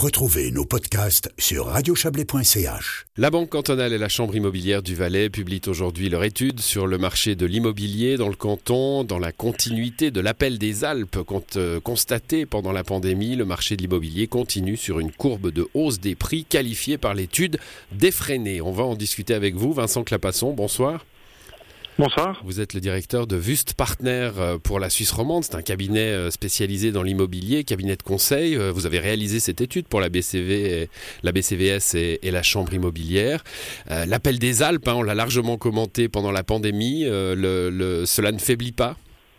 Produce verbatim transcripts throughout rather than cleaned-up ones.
Retrouvez nos podcasts sur radio chablais point c h. La Banque cantonale et la Chambre immobilière du Valais publient aujourd'hui leur étude sur le marché de l'immobilier dans le canton. Dans la continuité de l'appel des Alpes constaté pendant la pandémie, le marché de l'immobilier continue sur une courbe de hausse des prix qualifiée par l'étude d'effrénée. On va en discuter avec vous. Vincent Clapasson, bonsoir. Bonsoir. Vous êtes le directeur de Wüst Partner pour la Suisse romande. C'est un cabinet spécialisé dans l'immobilier, cabinet de conseil. Vous avez réalisé cette étude pour la B C V, la B C V S et, et la Chambre immobilière. Euh, l'appel des Alpes, hein, on l'a largement commenté pendant la pandémie. Euh, le, le, cela ne faiblit pas?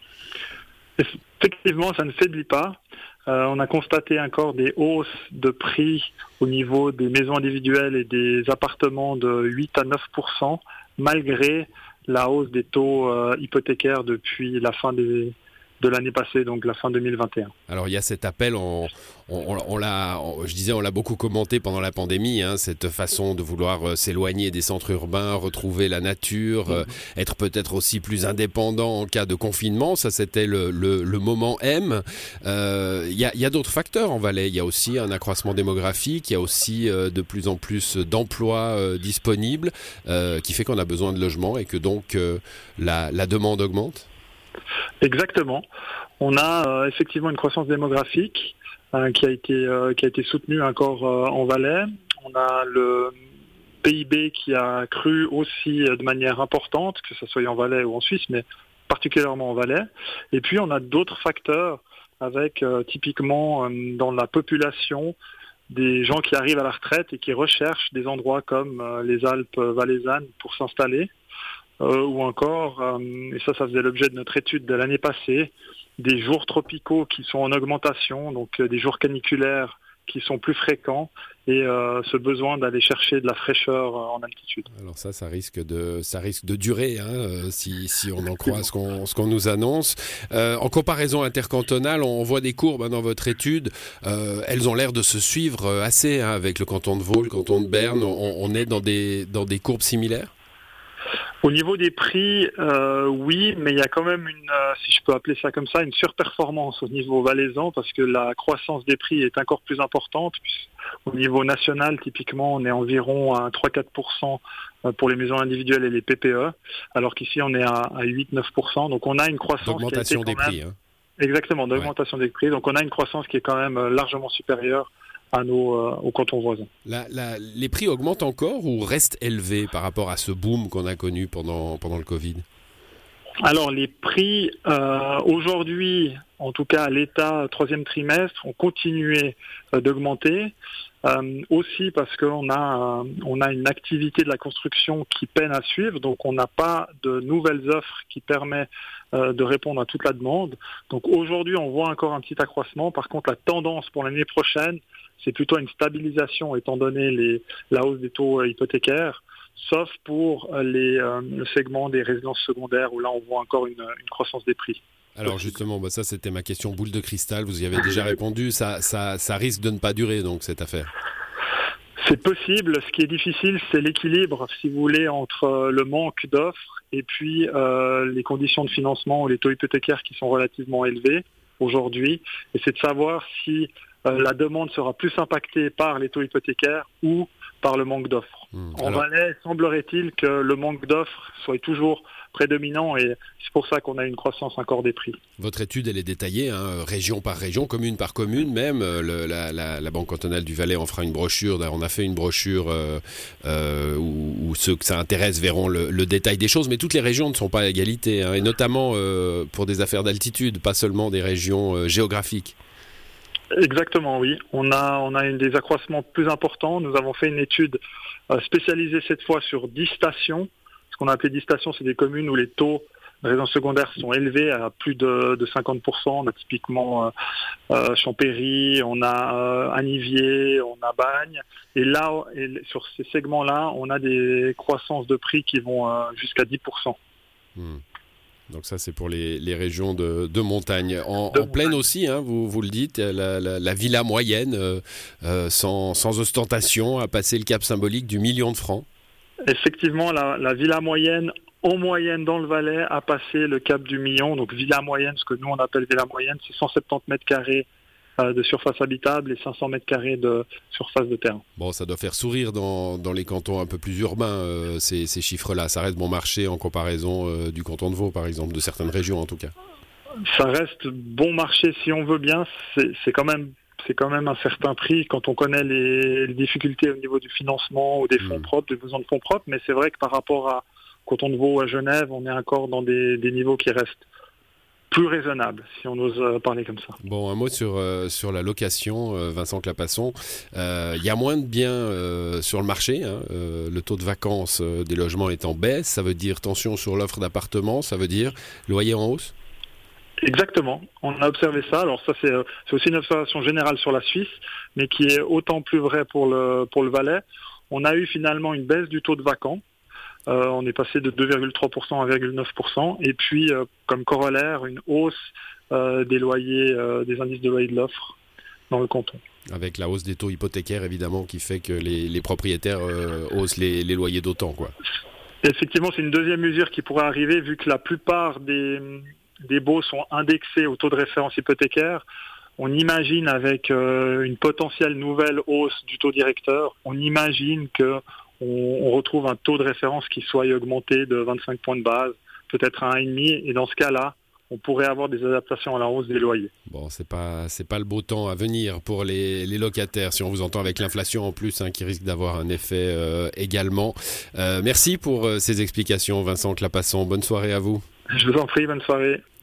Effectivement, ça ne faiblit pas. Euh, on a constaté encore des hausses de prix au niveau des maisons individuelles et des appartements de huit à neuf pour cent, malgré la hausse des taux euh, hypothécaires depuis la fin des, de l'année passée, donc la fin deux mille vingt et un. Alors il y a cet appel, on, on, on l'a, on, je disais, on l'a beaucoup commenté pendant la pandémie, hein, cette façon de vouloir euh, s'éloigner des centres urbains, retrouver la nature, euh, être peut-être aussi plus indépendant en cas de confinement. Ça, c'était le, le, le moment M. Euh, il y a, il y a d'autres facteurs en Valais. Il y a aussi un accroissement démographique, il y a aussi euh, de plus en plus d'emplois euh, disponibles, euh, qui fait qu'on a besoin de logements et que donc euh, la, la demande augmente. Exactement. On a euh, effectivement une croissance démographique euh, qui a été euh, qui a été soutenue encore euh, en Valais. On a le P I B qui a cru aussi de manière importante, que ce soit en Valais ou en Suisse, mais particulièrement en Valais. Et puis on a d'autres facteurs avec euh, typiquement euh, dans la population des gens qui arrivent à la retraite et qui recherchent des endroits comme euh, les Alpes valaisannes pour s'installer. Euh, ou encore, euh, et ça, ça faisait l'objet de notre étude de l'année passée, des jours tropicaux qui sont en augmentation, donc euh, des jours caniculaires qui sont plus fréquents et euh, ce besoin d'aller chercher de la fraîcheur euh, en altitude. Alors ça, ça risque de, ça risque de durer, hein, euh, si, si on en croit ce qu'on, ce qu'on nous annonce. Euh, en comparaison intercantonale, on voit des courbes hein, dans votre étude. Euh, elles ont l'air de se suivre assez hein, avec le canton de Vaud, le canton de Berne. On, on est dans des, dans des courbes similaires? Au niveau des prix, euh, oui, mais il y a quand même une, euh, si je peux appeler ça comme ça, une surperformance au niveau valaisan parce que la croissance des prix est encore plus importante. Au niveau national, typiquement, on est environ à trois à quatre pour cent pour les maisons individuelles et les P P E, alors qu'ici on est à, à huit à neuf pour cent. Donc on a une croissance d'augmentation qui a été des quand prix. même... Hein. Exactement, d'augmentation ouais. des prix. Donc on a une croissance qui est quand même largement supérieure à nos, euh, aux cantons voisins. La, la, les prix augmentent encore ou restent élevés par rapport à ce boom qu'on a connu pendant, pendant le Covid? Alors les prix, euh, aujourd'hui, en tout cas à l'état troisième trimestre, ont continué euh, d'augmenter. Euh, aussi parce qu'on a, euh, on a une activité de la construction qui peine à suivre, donc on n'a pas de nouvelles offres qui permettent euh, de répondre à toute la demande. Donc aujourd'hui, on voit encore un petit accroissement. Par contre, la tendance pour l'année prochaine, c'est plutôt une stabilisation étant donné les, la hausse des taux euh, hypothécaires, sauf pour euh, les, euh, le segment des résidences secondaires où là, on voit encore une, une croissance des prix. Alors justement, bah ça c'était ma question boule de cristal, vous y avez déjà répondu, ça, ça, ça risque de ne pas durer donc cette affaire. C'est possible, ce qui est difficile c'est l'équilibre, si vous voulez, entre le manque d'offres et puis euh, les conditions de financement ou les taux hypothécaires qui sont relativement élevés aujourd'hui, et c'est de savoir si euh, la demande sera plus impactée par les taux hypothécaires ou par le manque d'offres. Mmh. En Alors... Valais, semblerait-il que le manque d'offres soit toujours prédominant et c'est pour ça qu'on a une croissance encore des prix. Votre étude, elle est détaillée, hein, région par région, commune par commune même. Le, la, la, la Banque cantonale du Valais en fera une brochure. On a fait une brochure euh, euh, où, où ceux que ça intéresse verront le, le détail des choses, mais toutes les régions ne sont pas à égalité, hein, et notamment euh, pour des affaires d'altitude, pas seulement des régions euh, géographiques. Exactement, oui. On a, on a une des accroissements plus importants. Nous avons fait une étude euh, spécialisée cette fois sur dix stations. Ce qu'on a appelé dix stations, c'est des communes où les taux de résidence secondaire sont élevés à plus de, de cinquante pour cent. On a typiquement euh, euh, Champéry, on a euh, Aniviers, on a Bagne. Et là, et sur ces segments-là, on a des croissances de prix qui vont euh, jusqu'à dix pour cent. Mmh. Donc ça, c'est pour les, les régions de, de montagne. En, de en plaine aussi, hein, vous, vous le dites, la, la, la villa moyenne, euh, euh, sans, sans ostentation, a passé le cap symbolique du million de francs. Effectivement, la, la villa moyenne, en moyenne dans le Valais, a passé le cap du million. Donc villa moyenne, ce que nous on appelle villa moyenne, c'est cent soixante-dix mètres carrés euh, de surface habitable et cinq cents mètres carrés de surface de terrain. Bon, ça doit faire sourire dans, dans les cantons un peu plus urbains, euh, ces, ces chiffres-là. Ça reste bon marché en comparaison euh, du canton de Vaud, par exemple, de certaines régions en tout cas. Ça reste bon marché si on veut bien. C'est, c'est quand même c'est quand même un certain prix quand on connaît les, les difficultés au niveau du financement ou des fonds mmh. propres, des besoins de fonds propres. Mais c'est vrai que par rapport à canton de Vaud ou à Genève, on est encore dans des, des niveaux qui restent plus raisonnables, si on ose parler comme ça. Bon, un mot sur, euh, sur la location, euh, Vincent Clapasson. Il euh, y a moins de biens euh, sur le marché. Hein. Euh, le taux de vacances euh, des logements est en baisse. Ça veut dire tension sur l'offre d'appartements. Ça veut dire loyer en hausse. Exactement, on a observé ça. Alors ça c'est, c'est aussi une observation générale sur la Suisse, mais qui est autant plus vrai pour le, pour le Valais. On a eu finalement une baisse du taux de vacants. Euh, on est passé de deux virgule trois pour cent à un virgule neuf pour cent. Et puis, euh, comme corollaire, une hausse euh, des loyers, euh, des indices de loyer de l'offre dans le canton. Avec la hausse des taux hypothécaires, évidemment, qui fait que les, les propriétaires euh, haussent les, les loyers d'autant, quoi. Effectivement, c'est une deuxième mesure qui pourrait arriver, vu que la plupart des... des baux sont indexés au taux de référence hypothécaire. On imagine avec euh, une potentielle nouvelle hausse du taux directeur, on imagine qu'on on retrouve un taux de référence qui soit augmenté de vingt-cinq points de base, peut-être à un virgule cinq. Et dans ce cas-là, on pourrait avoir des adaptations à la hausse des loyers. Bon, c'est pas c'est pas le beau temps à venir pour les, les locataires, si on vous entend avec l'inflation en plus, hein, qui risque d'avoir un effet euh, également. Euh, merci pour euh, ces explications, Vincent Clapasson. Bonne soirée à vous. Je vous en prie, bonne soirée.